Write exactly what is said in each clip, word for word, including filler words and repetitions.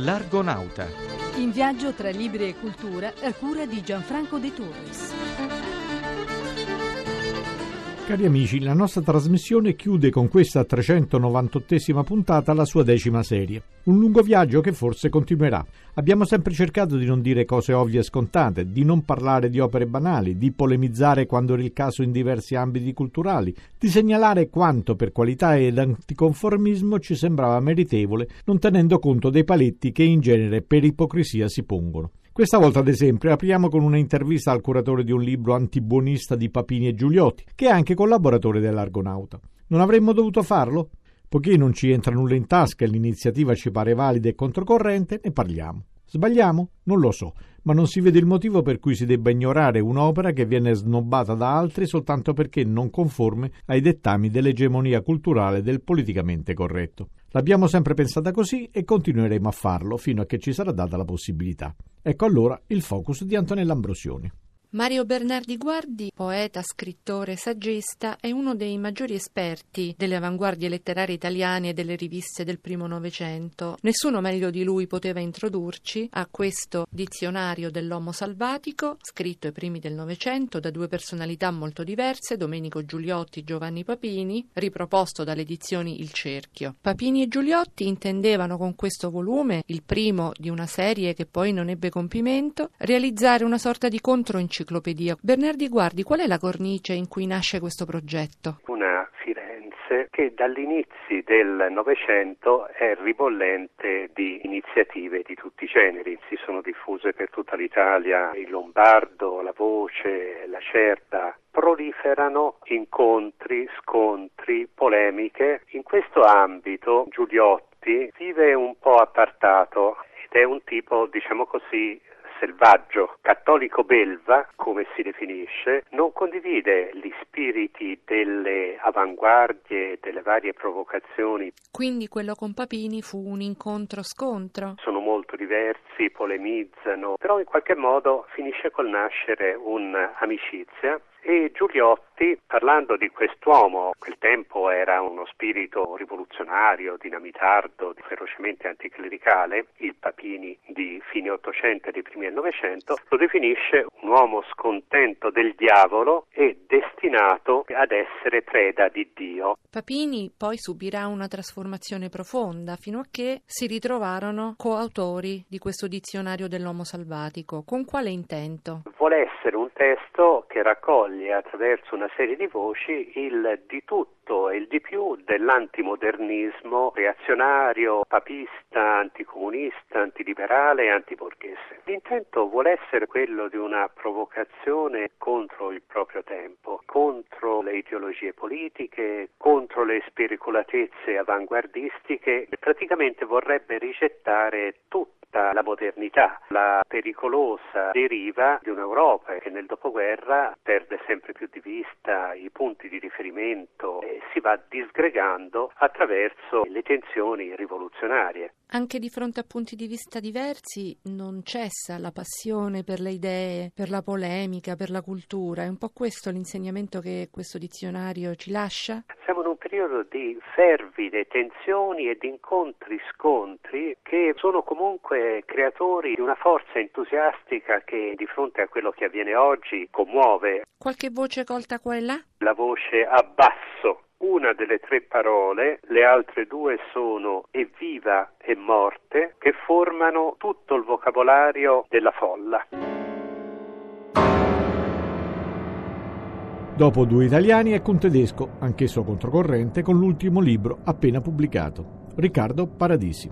L'Argonauta. In viaggio tra libri e cultura a cura di Gianfranco De Torres. Cari amici, la nostra trasmissione chiude con questa trecentonovantottesima puntata la sua decima serie. Un lungo viaggio che forse continuerà. Abbiamo sempre cercato di non dire cose ovvie e scontate, di non parlare di opere banali, di polemizzare quando era il caso in diversi ambiti culturali, di segnalare quanto per qualità ed anticonformismo ci sembrava meritevole, non tenendo conto dei paletti che in genere per ipocrisia si pongono. Questa volta, ad esempio, apriamo con una intervista al curatore di un libro antibuonista di Papini e Giuliotti, che è anche collaboratore dell'Argonauta. Non avremmo dovuto farlo? Poiché non ci entra nulla in tasca e l'iniziativa ci pare valida e controcorrente, ne parliamo. Sbagliamo? Non lo so, ma non si vede il motivo per cui si debba ignorare un'opera che viene snobbata da altri soltanto perché non conforme ai dettami dell'egemonia culturale del politicamente corretto. L'abbiamo sempre pensata così e continueremo a farlo fino a che ci sarà data la possibilità. Ecco allora il focus di Antonella Ambrosioni. Mario Bernardi Guardi, poeta, scrittore, saggista, è uno dei maggiori esperti delle avanguardie letterarie italiane e delle riviste del primo Novecento. Nessuno meglio di lui poteva introdurci a questo dizionario dell'Homo salvatico, scritto ai primi del Novecento da due personalità molto diverse, Domenico Giuliotti e Giovanni Papini, riproposto dalle edizioni Il Cerchio. Papini e Giuliotti intendevano con questo volume, il primo di una serie che poi non ebbe compimento, realizzare una sorta di controenciclopedia. Bernardi Guardi, qual è la cornice in cui nasce questo progetto? Una Firenze che dagli inizi del Novecento è ribollente di iniziative di tutti i generi. Si sono diffuse per tutta l'Italia il Lombardo, la Voce, la Cerda. Proliferano incontri, scontri, polemiche. In questo ambito Giuliotti vive un po' appartato ed è un tipo, diciamo così, selvaggio, cattolico belva, come si definisce, non condivide gli spiriti delle avanguardie, delle varie provocazioni. Quindi quello con Papini fu un incontro-scontro? Sono molto diversi, polemizzano, però in qualche modo finisce col nascere un'amicizia. E Giuliotti, parlando di quest'uomo, quel tempo era uno spirito rivoluzionario, dinamitardo, ferocemente anticlericale, il Papini di fine Ottocento e di primi del Novecento, lo definisce un uomo scontento del diavolo e destinato ad essere preda di Dio. Papini poi subirà una trasformazione profonda fino a che si ritrovarono coautori di questo dizionario dell'Homo salvatico. Con quale intento? Vuole essere un testo che raccoglie attraverso una serie di voci il di tutto e il di più dell'antimodernismo reazionario, papista, anticomunista, antiliberale e antiborghese. L'intento vuole essere quello di una provocazione contro il proprio tempo, contro le ideologie politiche, contro le spericolatezze avanguardistiche. Praticamente vorrebbe rigettare tutto la modernità, la pericolosa deriva di un'Europa che nel dopoguerra perde sempre più di vista i punti di riferimento e si va disgregando attraverso le tensioni rivoluzionarie. Anche di fronte a punti di vista diversi non cessa la passione per le idee, per la polemica, per la cultura. È un po' questo l'insegnamento che questo dizionario ci lascia? Siamo in un periodo di fervide tensioni e di incontri-scontri che sono comunque creatori di una forza entusiastica che di fronte a quello che avviene oggi commuove. Qualche voce colta qua e là? La voce a basso. Una delle tre parole, le altre due sono evviva e morte, che formano tutto il vocabolario della folla. Dopo due italiani ecco un tedesco, anch'esso controcorrente, con l'ultimo libro appena pubblicato, Riccardo Paradisi.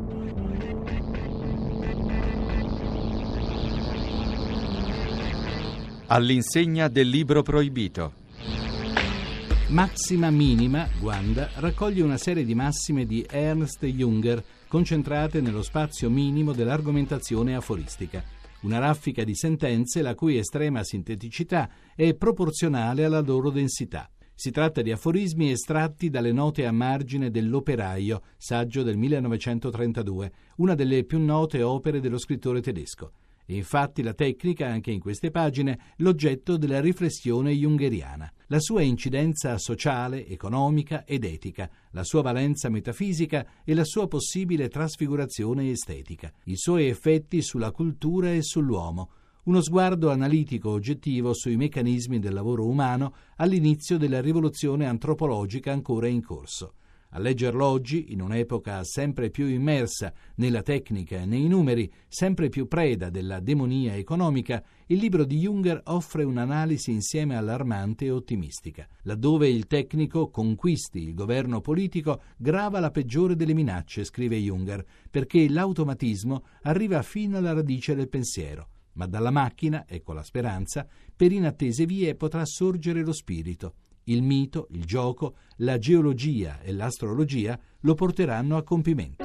All'insegna del libro proibito. Maxima Minima, Guanda, raccoglie una serie di massime di Ernst Junger concentrate nello spazio minimo dell'argomentazione aforistica. Una raffica di sentenze la cui estrema sinteticità è proporzionale alla loro densità. Si tratta di aforismi estratti dalle note a margine dell'Operaio, saggio del millenovecentotrentadue, una delle più note opere dello scrittore tedesco. E infatti la tecnica è anche in queste pagine l'oggetto della riflessione jungeriana. La sua incidenza sociale, economica ed etica, la sua valenza metafisica e la sua possibile trasfigurazione estetica, i suoi effetti sulla cultura e sull'uomo, uno sguardo analitico oggettivo sui meccanismi del lavoro umano all'inizio della rivoluzione antropologica ancora in corso. A leggerlo oggi, in un'epoca sempre più immersa nella tecnica e nei numeri, sempre più preda della demonia economica, il libro di Junger offre un'analisi insieme allarmante e ottimistica. Laddove il tecnico conquisti il governo politico, grava la peggiore delle minacce, scrive Junger, perché l'automatismo arriva fino alla radice del pensiero. Ma dalla macchina, ecco la speranza, per inattese vie potrà sorgere lo spirito. Il mito, il gioco, la geologia e l'astrologia lo porteranno a compimento.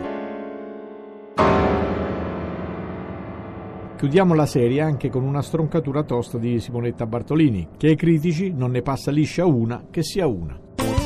Chiudiamo la serie anche con una stroncatura tosta di Simonetta Bartolini, che ai critici non ne passa liscia una che sia una.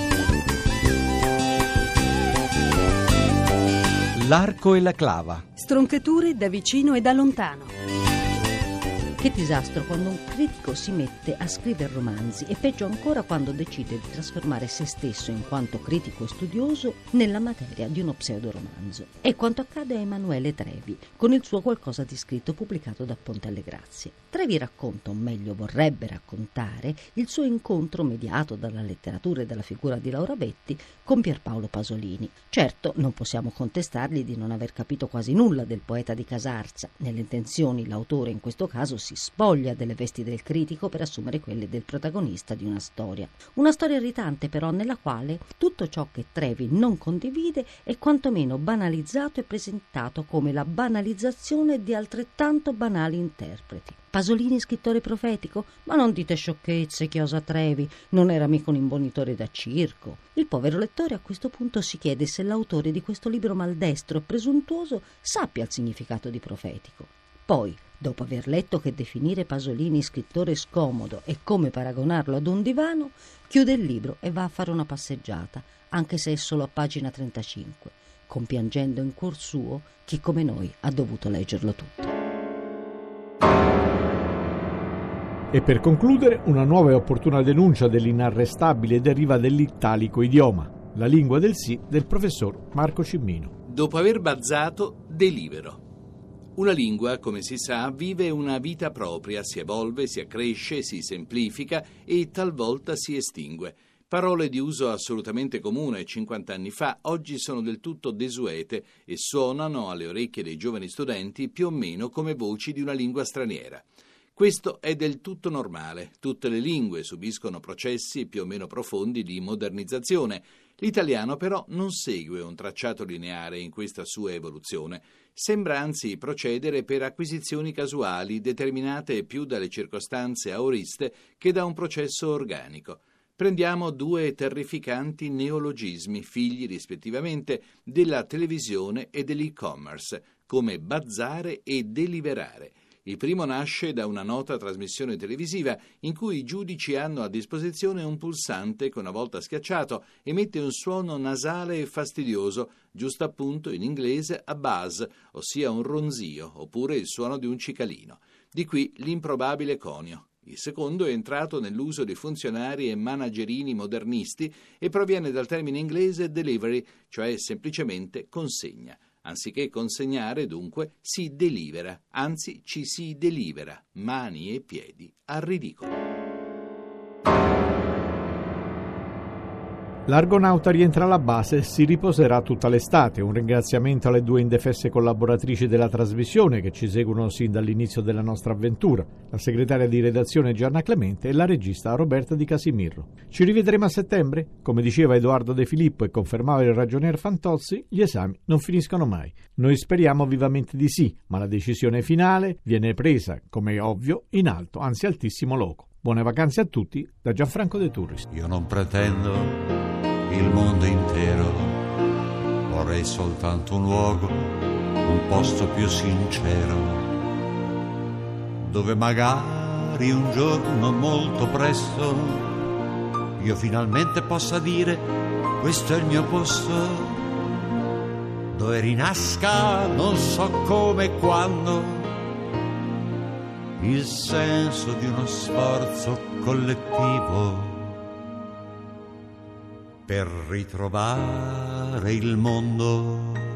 L'arco e la clava. Stroncature da vicino e da lontano. Che disastro quando un critico si mette a scrivere romanzi e peggio ancora quando decide di trasformare se stesso in quanto critico e studioso nella materia di uno pseudoromanzo. È quanto accade a Emanuele Trevi con il suo Qualcosa di scritto pubblicato da Ponte alle Grazie. Trevi racconta, o meglio vorrebbe raccontare, il suo incontro mediato dalla letteratura e dalla figura di Laura Betti con Pierpaolo Pasolini. Certo, non possiamo contestargli di non aver capito quasi nulla del poeta di Casarza. Nelle intenzioni l'autore in questo caso si spoglia delle vesti del critico per assumere quelle del protagonista di una storia. Una storia irritante però, nella quale tutto ciò che Trevi non condivide è quantomeno banalizzato e presentato come la banalizzazione di altrettanto banali interpreti. Pasolini scrittore profetico? Ma non dite sciocchezze, chiosa Trevi, non era mica un imbonitore da circo. Il povero lettore a questo punto si chiede se l'autore di questo libro maldestro e presuntuoso sappia il significato di profetico. Poi, dopo aver letto che definire Pasolini scrittore scomodo è come paragonarlo ad un divano, chiude il libro e va a fare una passeggiata, anche se è solo a pagina trentacinque, compiangendo in cuor suo chi come noi ha dovuto leggerlo tutto. E per concludere, una nuova e opportuna denuncia dell'inarrestabile deriva dell'italico idioma, la lingua del sì del professor Marco Cimmino. Dopo aver bazzato, delibero. Una lingua, come si sa, vive una vita propria, si evolve, si accresce, si semplifica e talvolta si estingue. Parole di uso assolutamente comune cinquanta anni fa oggi sono del tutto desuete e suonano alle orecchie dei giovani studenti più o meno come voci di una lingua straniera. Questo è del tutto normale. Tutte le lingue subiscono processi più o meno profondi di modernizzazione. L'italiano però non segue un tracciato lineare in questa sua evoluzione. Sembra anzi procedere per acquisizioni casuali determinate più dalle circostanze aoriste che da un processo organico. Prendiamo due terrificanti neologismi, figli rispettivamente della televisione e dell'e-commerce, come bazzare e deliberare. Il primo nasce da una nota trasmissione televisiva in cui i giudici hanno a disposizione un pulsante che una volta schiacciato emette un suono nasale e fastidioso, giusto appunto in inglese a buzz, ossia un ronzio, oppure il suono di un cicalino. Di qui l'improbabile conio. Il secondo è entrato nell'uso di funzionari e managerini modernisti e proviene dal termine inglese delivery, cioè semplicemente consegna. Anziché consegnare, dunque, si delibera, anzi ci si delibera, mani e piedi al ridicolo. L'Argonauta rientra alla base e si riposerà tutta l'estate. Un ringraziamento alle due indefesse collaboratrici della trasmissione che ci seguono sin dall'inizio della nostra avventura, la segretaria di redazione Gianna Clemente e la regista Roberta Di Casimirro. Ci rivedremo a settembre? Come diceva Edoardo De Filippo e confermava il ragionier Fantozzi, gli esami non finiscono mai. Noi speriamo vivamente di sì, ma la decisione finale viene presa, come è ovvio, in alto, anzi altissimo loco. Buone vacanze a tutti da Gianfranco De Turris. Io non pretendo il mondo intero, vorrei soltanto un luogo, un posto più sincero, dove magari un giorno molto presto io finalmente possa dire questo è il mio posto, dove rinasca non so come e quando il senso di uno sforzo collettivo per ritrovare il mondo.